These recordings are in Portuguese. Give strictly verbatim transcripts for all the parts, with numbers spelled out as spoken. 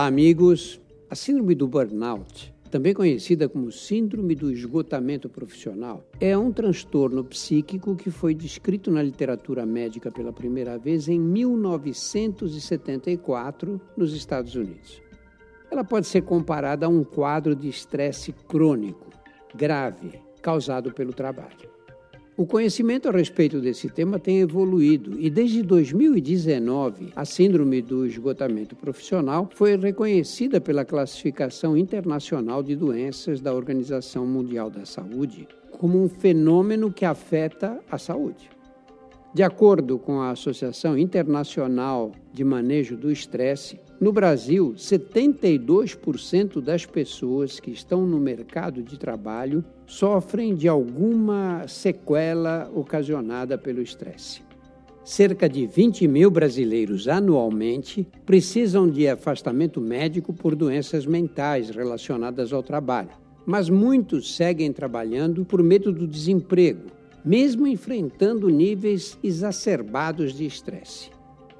Olá, amigos. A síndrome do burnout, também conhecida como síndrome do esgotamento profissional, é um transtorno psíquico que foi descrito na literatura médica pela primeira vez em mil novecentos e setenta e quatro, nos Estados Unidos. Ela pode ser comparada a um quadro de estresse crônico, grave, causado pelo trabalho. O conhecimento a respeito desse tema tem evoluído e desde dois mil e dezenove a síndrome do esgotamento profissional foi reconhecida pela Classificação Internacional de Doenças da Organização Mundial da Saúde como um fenômeno que afeta a saúde. De acordo com a Associação Internacional de Manejo do Estresse, no Brasil, setenta e dois por cento das pessoas que estão no mercado de trabalho sofrem de alguma sequela ocasionada pelo estresse. Cerca de vinte mil brasileiros anualmente precisam de afastamento médico por doenças mentais relacionadas ao trabalho, mas muitos seguem trabalhando por medo do desemprego, mesmo enfrentando níveis exacerbados de estresse.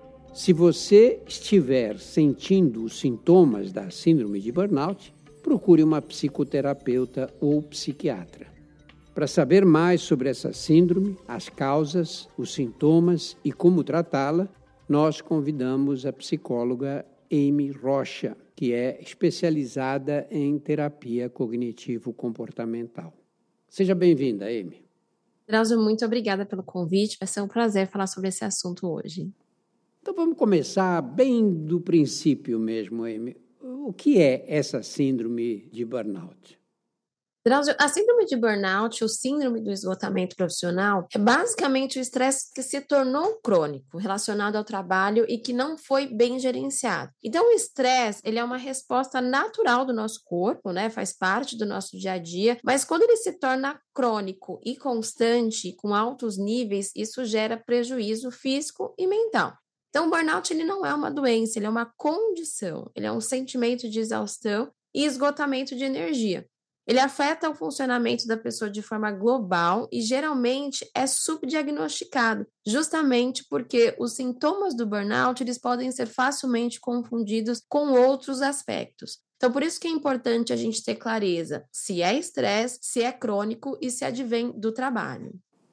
Se você estiver sentindo os sintomas da síndrome de burnout, procure uma psicoterapeuta ou psiquiatra. Para saber mais sobre essa síndrome, as causas, os sintomas e como tratá-la, nós convidamos a psicóloga Amy Rocha, que é especializada em terapia cognitivo-comportamental. Seja bem-vinda, Amy. Drauzio, muito obrigada pelo convite. Vai ser um prazer falar sobre esse assunto hoje. Então vamos começar bem do princípio mesmo, Amy. O que é essa síndrome de burnout? Drauzio, a síndrome de burnout, ou síndrome do esgotamento profissional, é basicamente o estresse que se tornou crônico, relacionado ao trabalho e que não foi bem gerenciado. Então, o estresse, ele é uma resposta natural do nosso corpo, né? Faz parte do nosso dia a dia, mas quando ele se torna crônico e constante, com altos níveis, isso gera prejuízo físico e mental. Então, o burnout ele não é uma doença, ele é uma condição, ele é um sentimento de exaustão e esgotamento de energia. Ele afeta o funcionamento da pessoa de forma global e geralmente é subdiagnosticado, justamente porque os sintomas do burnout eles podem ser facilmente confundidos com outros aspectos. Então, por isso que é importante a gente ter clareza se é estresse, se é crônico e se advém do trabalho.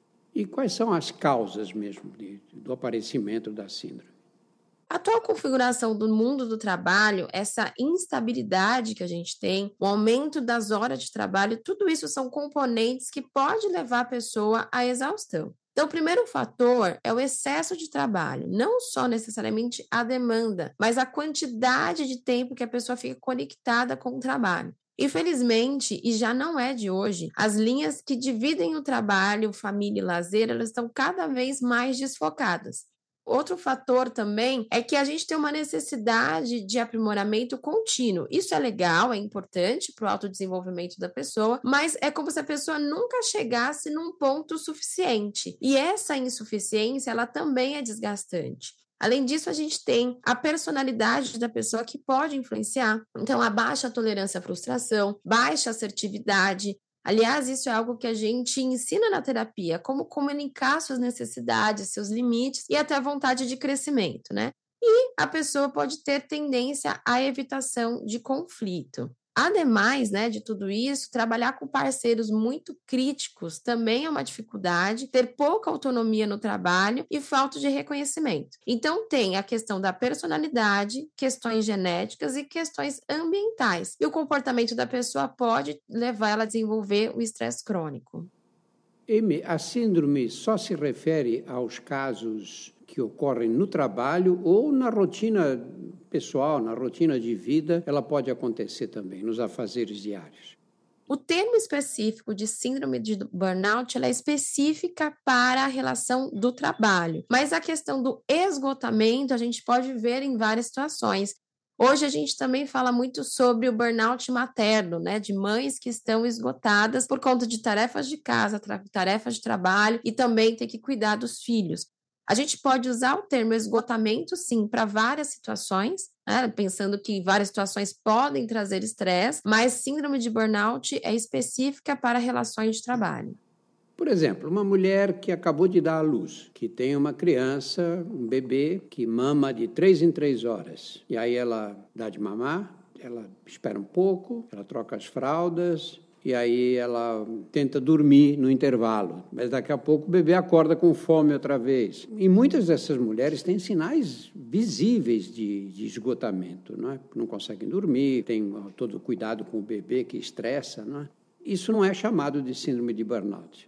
E quais são as causas mesmo de, do aparecimento da síndrome? A atual configuração do mundo do trabalho, essa instabilidade que a gente tem, o aumento das horas de trabalho, tudo isso são componentes que podem levar a pessoa à exaustão. Então, o primeiro fator é o excesso de trabalho, não só necessariamente a demanda, mas a quantidade de tempo que a pessoa fica conectada com o trabalho. Infelizmente, e já não é de hoje, as linhas que dividem o trabalho, família e lazer, elas estão cada vez mais desfocadas. Outro fator também é que a gente tem uma necessidade de aprimoramento contínuo. Isso é legal, é importante para o autodesenvolvimento da pessoa, mas é como se a pessoa nunca chegasse num ponto suficiente. E essa insuficiência, ela também é desgastante. Além disso, a gente tem a personalidade da pessoa que pode influenciar. Então, a baixa tolerância à frustração, baixa assertividade. Aliás, isso é algo que a gente ensina na terapia, como comunicar suas necessidades, seus limites e até a vontade de crescimento, né? E a pessoa pode ter tendência à evitação de conflito. Ademais, né, de tudo isso, trabalhar com parceiros muito críticos também é uma dificuldade, ter pouca autonomia no trabalho e falta de reconhecimento. Então, tem a questão da personalidade, questões genéticas e questões ambientais. E o comportamento da pessoa pode levar ela a desenvolver o estresse crônico. Amy, a síndrome só se refere aos casos que ocorrem no trabalho ou na rotina pessoal, na rotina de vida, ela pode acontecer também, nos afazeres diários? O termo específico de síndrome de burnout ela é específica para a relação do trabalho, mas a questão do esgotamento a gente pode ver em várias situações. Hoje a gente também fala muito sobre o burnout materno, né, de mães que estão esgotadas por conta de tarefas de casa, tarefas de trabalho e também ter que cuidar dos filhos. A gente pode usar o termo esgotamento, sim, para várias situações, né? Pensando que várias situações podem trazer estresse, mas síndrome de burnout é específica para relações de trabalho. Por exemplo, uma mulher que acabou de dar à luz, que tem uma criança, um bebê, que mama de três em três horas. E aí ela dá de mamar, ela espera um pouco, ela troca as fraldas, e aí ela tenta dormir no intervalo. Mas daqui a pouco o bebê acorda com fome outra vez. E muitas dessas mulheres têm sinais visíveis de, de esgotamento, não é? Não conseguem dormir, tem todo o cuidado com o bebê que estressa, não é? Isso não é chamado de síndrome de burnout.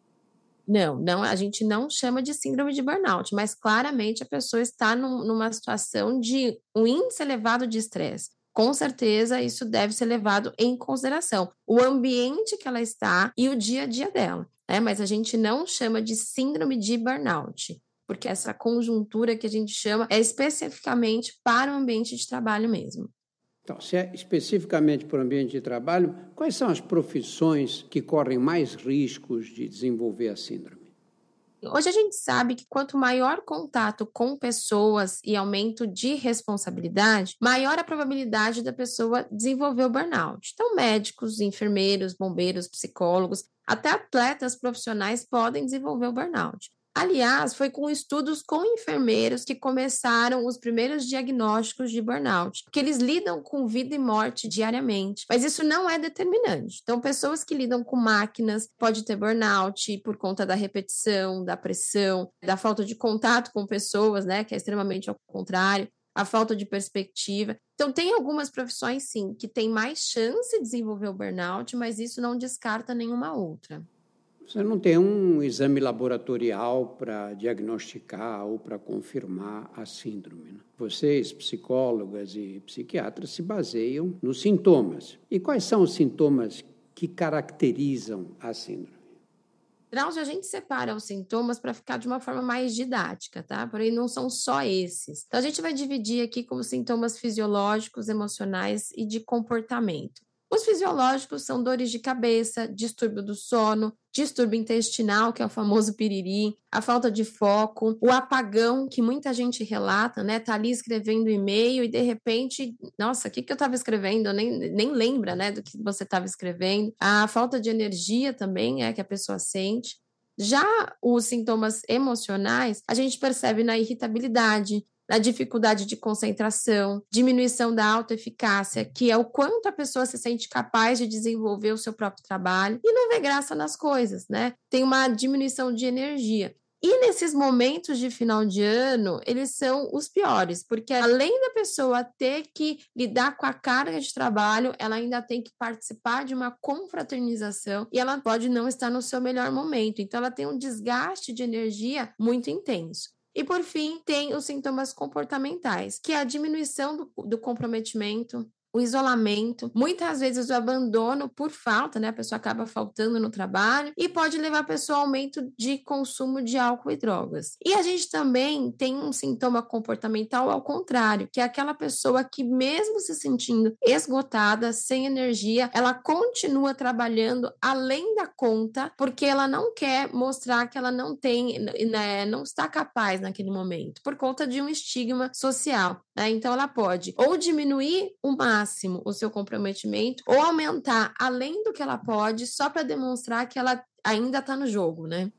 Não, não, a gente não chama de síndrome de burnout, mas claramente a pessoa está num, numa situação de um índice elevado de estresse. Com certeza, isso deve ser levado em consideração. O ambiente que ela está e o dia a dia dela, né? Mas a gente não chama de síndrome de burnout, porque essa conjuntura que a gente chama é especificamente para o ambiente de trabalho mesmo. Então, se é especificamente para o ambiente de trabalho, quais são as profissões que correm mais riscos de desenvolver a síndrome? Hoje a gente sabe que quanto maior contato com pessoas e aumento de responsabilidade, maior a probabilidade da pessoa desenvolver o burnout. Então, médicos, enfermeiros, bombeiros, psicólogos, até atletas profissionais podem desenvolver o burnout. Aliás, foi com estudos com enfermeiros que começaram os primeiros diagnósticos de burnout, porque eles lidam com vida e morte diariamente, mas isso não é determinante. Então, pessoas que lidam com máquinas podem ter burnout por conta da repetição, da pressão, da falta de contato com pessoas, né, que é extremamente ao contrário, a falta de perspectiva. Então, tem algumas profissões, sim, que têm mais chance de desenvolver o burnout, mas isso não descarta nenhuma outra. Você não tem um exame laboratorial para diagnosticar ou para confirmar a síndrome, né? Vocês, psicólogas e psiquiatras, se baseiam nos sintomas. E quais são os sintomas que caracterizam a síndrome? Drauzio, a gente separa os sintomas para ficar de uma forma mais didática, tá? Porém, não são só esses. Então, a gente vai dividir aqui como sintomas fisiológicos, emocionais e de comportamento. Os fisiológicos são dores de cabeça, distúrbio do sono, distúrbio intestinal, que é o famoso piriri, a falta de foco, o apagão, que muita gente relata, né? Tá ali escrevendo e-mail e de repente, nossa, o que, que eu estava escrevendo? Eu nem, nem lembra, né, do que você estava escrevendo. A falta de energia também é que a pessoa sente. Já os sintomas emocionais, a gente percebe na irritabilidade, na dificuldade de concentração, diminuição da autoeficácia, que é o quanto a pessoa se sente capaz de desenvolver o seu próprio trabalho e não vê graça nas coisas, né? Tem uma diminuição de energia. E nesses momentos de final de ano, eles são os piores, porque além da pessoa ter que lidar com a carga de trabalho, ela ainda tem que participar de uma confraternização e ela pode não estar no seu melhor momento. Então, ela tem um desgaste de energia muito intenso. E, por fim, tem os sintomas comportamentais, que é a diminuição do, do comprometimento, o isolamento, muitas vezes o abandono por falta, né? A pessoa acaba faltando no trabalho e pode levar a pessoa ao aumento de consumo de álcool e drogas. E a gente também tem um sintoma comportamental ao contrário, que é aquela pessoa que mesmo se sentindo esgotada, sem energia, ela continua trabalhando além da conta, porque ela não quer mostrar que ela não tem, né, não está capaz naquele momento, por conta de um estigma social, né? Então ela pode ou diminuir o máximo o seu comprometimento ou aumentar além do que ela pode só para demonstrar que ela ainda está no jogo, né?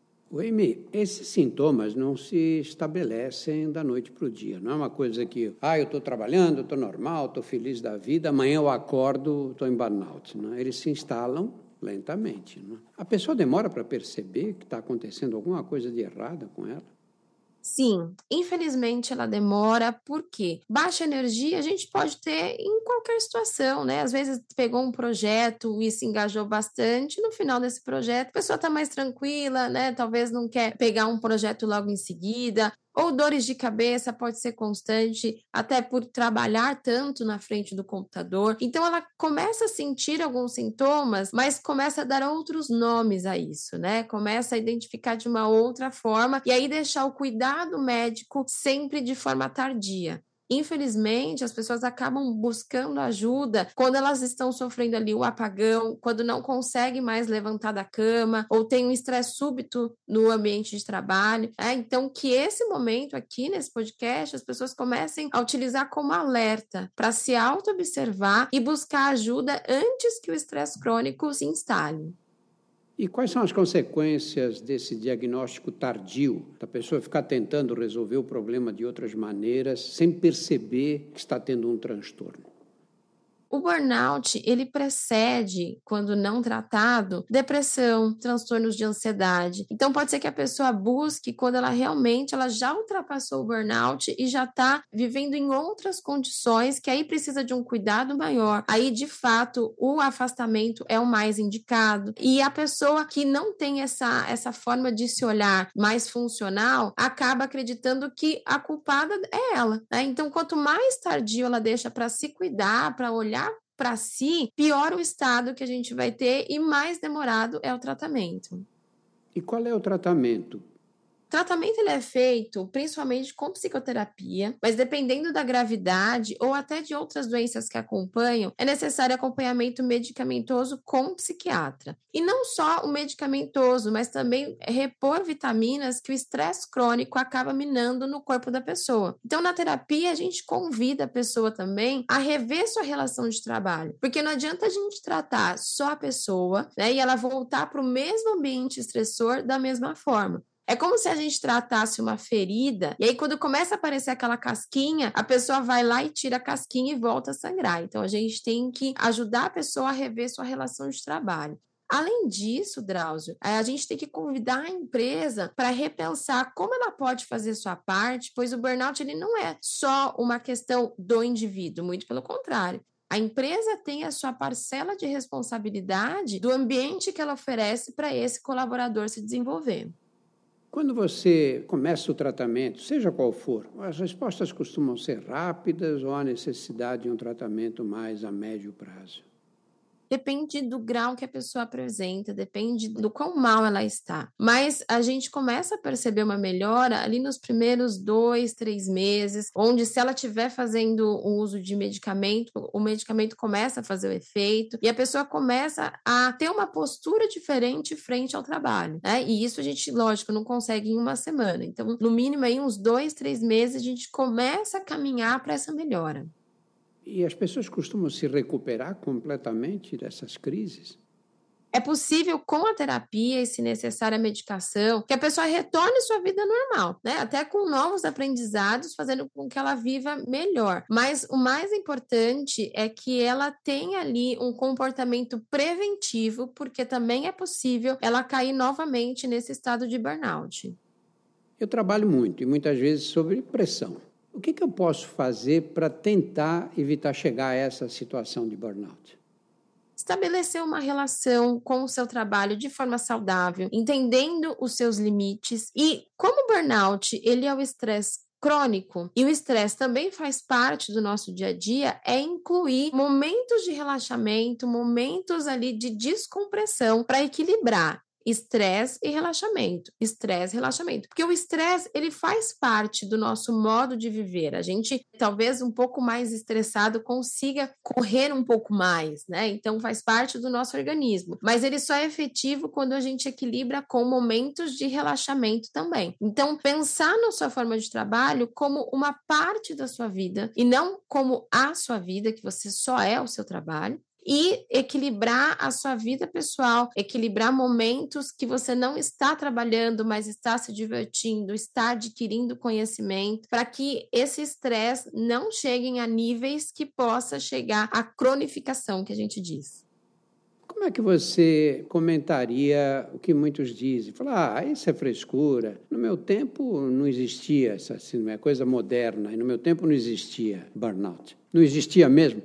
Amy, esses sintomas não se estabelecem da noite para o dia. Não é uma coisa que, ah, eu estou trabalhando, estou normal, estou feliz da vida, amanhã eu acordo, estou em burnout. Não é? Eles se instalam lentamente. Não é? A pessoa demora para perceber que está acontecendo alguma coisa de errada com ela? Sim, infelizmente ela demora, porque baixa energia a gente pode ter em qualquer situação, né? Às vezes pegou um projeto e se engajou bastante, no final desse projeto a pessoa está mais tranquila, né? Talvez não quer pegar um projeto logo em seguida, ou dores de cabeça pode ser constante, até por trabalhar tanto na frente do computador. Então ela começa a sentir alguns sintomas, mas começa a dar outros nomes a isso, né? Começa a identificar de uma outra forma e aí deixar o cuidado médico sempre de forma tardia. Infelizmente, as pessoas acabam buscando ajuda quando elas estão sofrendo ali o apagão, quando não conseguem mais levantar da cama ou tem um estresse súbito no ambiente de trabalho. É, então, que esse momento aqui nesse podcast, as pessoas comecem a utilizar como alerta para se auto-observar e buscar ajuda antes que o estresse crônico se instale. E quais são as consequências desse diagnóstico tardio, da pessoa ficar tentando resolver o problema de outras maneiras, sem perceber que está tendo um transtorno? O burnout, ele precede, quando não tratado, depressão, transtornos de ansiedade. Então, pode ser que a pessoa busque quando ela realmente ela já ultrapassou o burnout e já está vivendo em outras condições que aí precisa de um cuidado maior. Aí, de fato, o afastamento é o mais indicado. E a pessoa que não tem essa, essa forma de se olhar mais funcional, acaba acreditando que a culpada é ela, né? Então, quanto mais tardio ela deixa para se cuidar, para olhar para si, pior o estado que a gente vai ter e mais demorado é o tratamento. E qual é o tratamento? O tratamento ele é feito principalmente com psicoterapia, mas dependendo da gravidade ou até de outras doenças que acompanham, é necessário acompanhamento medicamentoso com psiquiatra. E não só o medicamentoso, mas também repor vitaminas que o estresse crônico acaba minando no corpo da pessoa. Então, na terapia, a gente convida a pessoa também a rever sua relação de trabalho, porque não adianta a gente tratar só a pessoa, né, e ela voltar para o mesmo ambiente estressor da mesma forma. É como se a gente tratasse uma ferida, e aí quando começa a aparecer aquela casquinha, a pessoa vai lá e tira a casquinha e volta a sangrar. Então, a gente tem que ajudar a pessoa a rever sua relação de trabalho. Além disso, Drauzio, a gente tem que convidar a empresa para repensar como ela pode fazer sua parte, pois o burnout ele não é só uma questão do indivíduo, muito pelo contrário. A empresa tem a sua parcela de responsabilidade do ambiente que ela oferece para esse colaborador se desenvolver. Quando você começa o tratamento, seja qual for, as respostas costumam ser rápidas ou há necessidade de um tratamento mais a médio prazo? Depende do grau que a pessoa apresenta, depende do quão mal ela está. Mas a gente começa a perceber uma melhora ali nos primeiros dois, três meses, onde se ela estiver fazendo o uso de medicamento, o medicamento começa a fazer o efeito e a pessoa começa a ter uma postura diferente frente ao trabalho, né? E isso a gente, lógico, não consegue em uma semana. Então, no mínimo aí uns dois, três meses, a gente começa a caminhar para essa melhora. E as pessoas costumam se recuperar completamente dessas crises? É possível, com a terapia e, se necessária, a medicação, que a pessoa retorne sua vida normal, né? Até com novos aprendizados, fazendo com que ela viva melhor. Mas o mais importante é que ela tenha ali um comportamento preventivo, porque também é possível ela cair novamente nesse estado de burnout. Eu trabalho muito e muitas vezes sob pressão. O que, que eu posso fazer para tentar evitar chegar a essa situação de burnout? Estabelecer uma relação com o seu trabalho de forma saudável, entendendo os seus limites. E como o burnout ele é o estresse crônico e o estresse também faz parte do nosso dia a dia, é incluir momentos de relaxamento, momentos ali de descompressão para equilibrar estresse e relaxamento, estresse e relaxamento, porque o estresse ele faz parte do nosso modo de viver. A gente talvez um pouco mais estressado consiga correr um pouco mais, né? Então faz parte do nosso organismo, mas ele só é efetivo quando a gente equilibra com momentos de relaxamento também. Então pensar na sua forma de trabalho como uma parte da sua vida e não como a sua vida, que você só é o seu trabalho. E equilibrar a sua vida pessoal, equilibrar momentos que você não está trabalhando, mas está se divertindo, está adquirindo conhecimento, para que esse estresse não chegue a níveis que possa chegar à cronificação, que a gente diz. Como é que você comentaria o que muitos dizem? Falar, ah, isso é frescura. No meu tempo não existia essa síndrome, é coisa moderna, e no meu tempo não existia burnout. Não existia mesmo?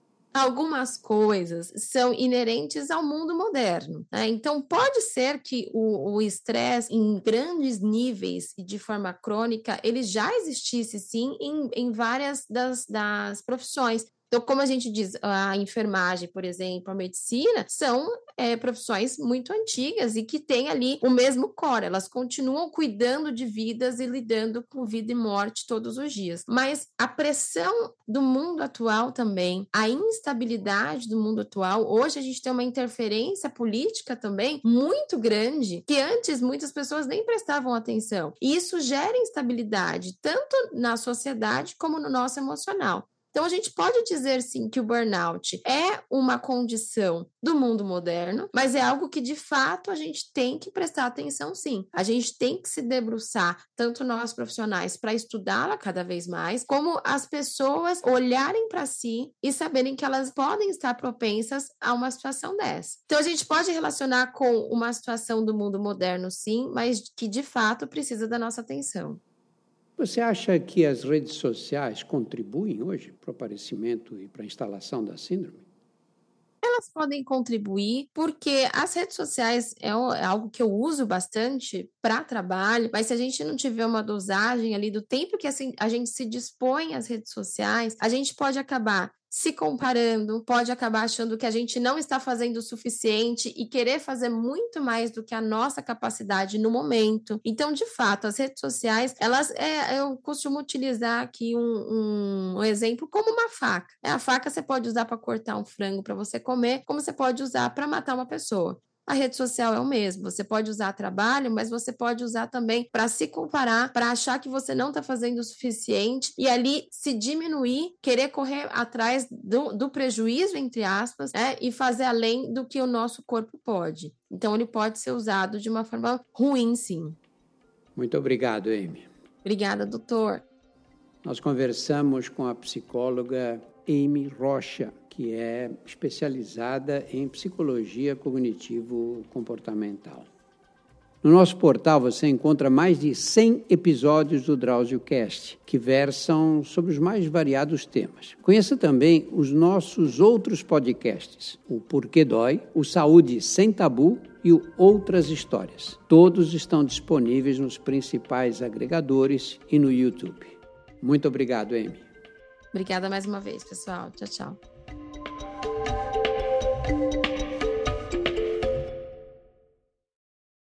Algumas coisas são inerentes ao mundo moderno, né? Então, pode ser que o estresse em grandes níveis e de forma crônica, ele já existisse, sim, em, em várias das, das profissões. Então, como a gente diz, a enfermagem, por exemplo, a medicina, são é, profissões muito antigas e que têm ali o mesmo core. Elas continuam cuidando de vidas e lidando com vida e morte todos os dias. Mas a pressão do mundo atual também, a instabilidade do mundo atual, hoje a gente tem uma interferência política também muito grande, que antes muitas pessoas nem prestavam atenção. E isso gera instabilidade, tanto na sociedade como no nosso emocional. Então, a gente pode dizer, sim, que o burnout é uma condição do mundo moderno, mas é algo que, de fato, a gente tem que prestar atenção, sim. A gente tem que se debruçar, tanto nós profissionais, para estudá-la cada vez mais, como as pessoas olharem para si e saberem que elas podem estar propensas a uma situação dessa. Então, a gente pode relacionar com uma situação do mundo moderno, sim, mas que, de fato, precisa da nossa atenção. Você acha que as redes sociais contribuem hoje para o aparecimento e para a instalação da síndrome? Elas podem contribuir, porque as redes sociais é algo que eu uso bastante para trabalho, mas se a gente não tiver uma dosagem ali do tempo que assim, a gente se dispõe às redes sociais, a gente pode acabar se comparando, pode acabar achando que a gente não está fazendo o suficiente e querer fazer muito mais do que a nossa capacidade no momento. Então, de fato, as redes sociais, elas, é, eu costumo utilizar aqui um, um, um exemplo como uma faca. É, a faca você pode usar para cortar um frango para você comer, como você pode usar para matar uma pessoa. A rede social é o mesmo, você pode usar a trabalho, mas você pode usar também para se comparar, para achar que você não está fazendo o suficiente e ali se diminuir, querer correr atrás do, do prejuízo, entre aspas, né, e fazer além do que o nosso corpo pode. Então, ele pode ser usado de uma forma ruim, sim. Muito obrigado, Amy. Obrigada, doutor. Nós conversamos com a psicóloga Amy Rocha, que é especializada em psicologia cognitivo-comportamental. No nosso portal você encontra mais de cem episódios do DrauzioCast, que versam sobre os mais variados temas. Conheça também os nossos outros podcasts, o Porquê Dói, o Saúde Sem Tabu e o Outras Histórias. Todos estão disponíveis nos principais agregadores e no YouTube. Muito obrigado, Amy. Obrigada mais uma vez, pessoal. Tchau, tchau.